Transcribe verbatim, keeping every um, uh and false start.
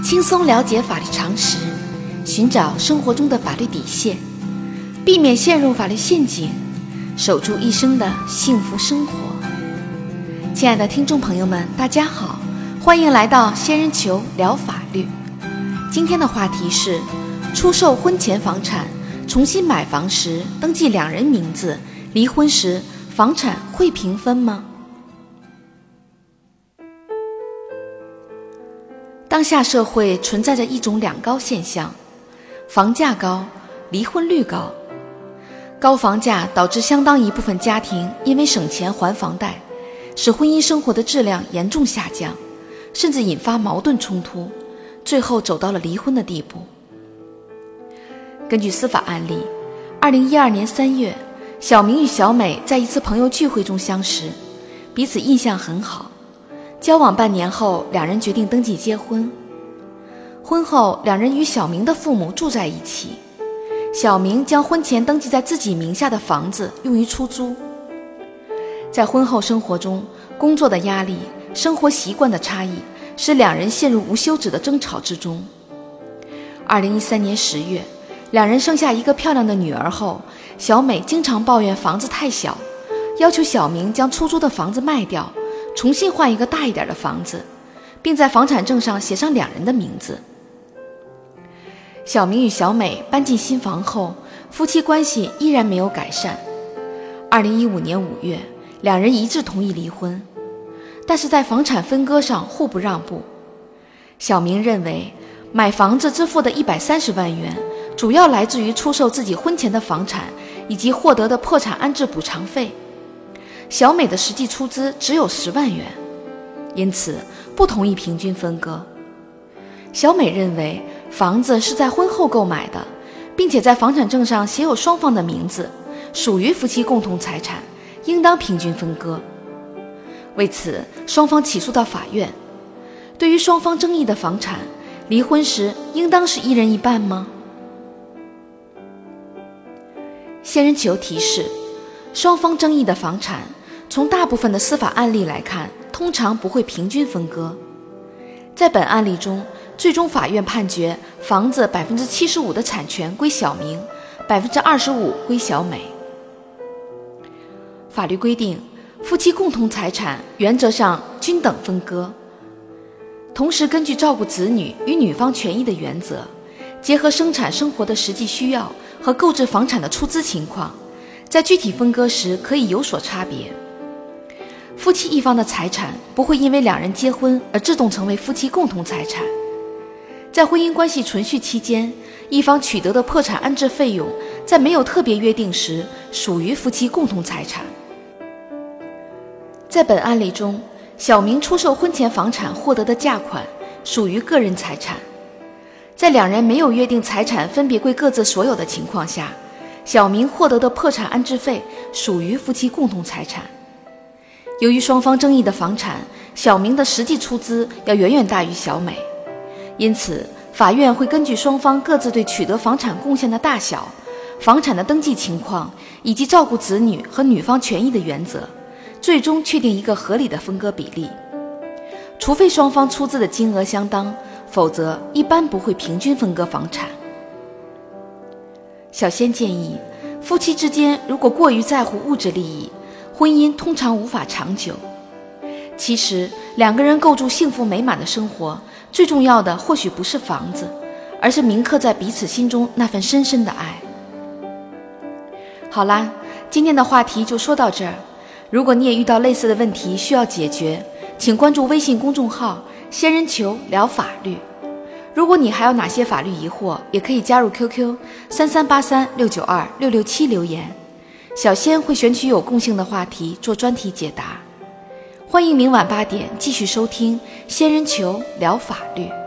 轻松了解法律常识，寻找生活中的法律底线，避免陷入法律陷阱，守住一生的幸福生活。亲爱的听众朋友们，大家好，欢迎来到仙人球聊法律。今天的话题是：出售婚前房产，重新买房时登记两人名字，离婚时房产会平分吗？当下社会存在着一种两高现象，房价高，离婚率高。高房价导致相当一部分家庭因为省钱还房贷，使婚姻生活的质量严重下降，甚至引发矛盾冲突，最后走到了离婚的地步。根据司法案例，二零一二年三月，小明与小美在一次朋友聚会中相识，彼此印象很好。交往半年后，两人决定登记结婚。婚后，两人与小明的父母住在一起。小明将婚前登记在自己名下的房子用于出租。在婚后生活中，工作的压力、生活习惯的差异，使两人陷入无休止的争吵之中。二零一三年十月，两人生下一个漂亮的女儿后，小美经常抱怨房子太小，要求小明将出租的房子卖掉，重新换一个大一点的房子，并在房产证上写上两人的名字。小明与小美搬进新房后，夫妻关系依然没有改善。二零一五年五月，两人一致同意离婚，但是在房产分割上互不让步。小明认为，买房子支付的一百三十万元，主要来自于出售自己婚前的房产以及获得的破产安置补偿费。小美的实际出资只有十万元，因此不同意平均分割。小美认为房子是在婚后购买的，并且在房产证上写有双方的名字，属于夫妻共同财产，应当平均分割。为此，双方起诉到法院。对于双方争议的房产，离婚时应当是一人一半吗？仙人球提示：双方争议的房产，从大部分的司法案例来看，通常不会平均分割。在本案例中，最终法院判决房子 百分之七十五 的产权归小明， 百分之二十五 归小美。法律规定，夫妻共同财产原则上均等分割，同时根据照顾子女与女方权益的原则，结合生产生活的实际需要和购置房产的出资情况，在具体分割时可以有所差别。夫妻一方的财产不会因为两人结婚而自动成为夫妻共同财产。在婚姻关系存续期间，一方取得的破产安置费用，在没有特别约定时，属于夫妻共同财产。在本案例中，小明出售婚前房产获得的价款属于个人财产。在两人没有约定财产分别归各自所有的情况下，小明获得的破产安置费属于夫妻共同财产。由于双方争议的房产，小明的实际出资要远远大于小美，因此法院会根据双方各自对取得房产贡献的大小、房产的登记情况以及照顾子女和女方权益的原则，最终确定一个合理的分割比例。除非双方出资的金额相当，否则一般不会平均分割房产。小仙建议，夫妻之间如果过于在乎物质利益，婚姻通常无法长久。其实，两个人构筑幸福美满的生活，最重要的或许不是房子，而是铭刻在彼此心中那份深深的爱。好啦，今天的话题就说到这儿。如果你也遇到类似的问题需要解决，请关注微信公众号仙人球聊法律。如果你还有哪些法律疑惑，也可以加入 Q Q 三三八三六九二六六七留言，小仙会选取有共性的话题做专题解答。欢迎明晚八点继续收听仙人球聊法律。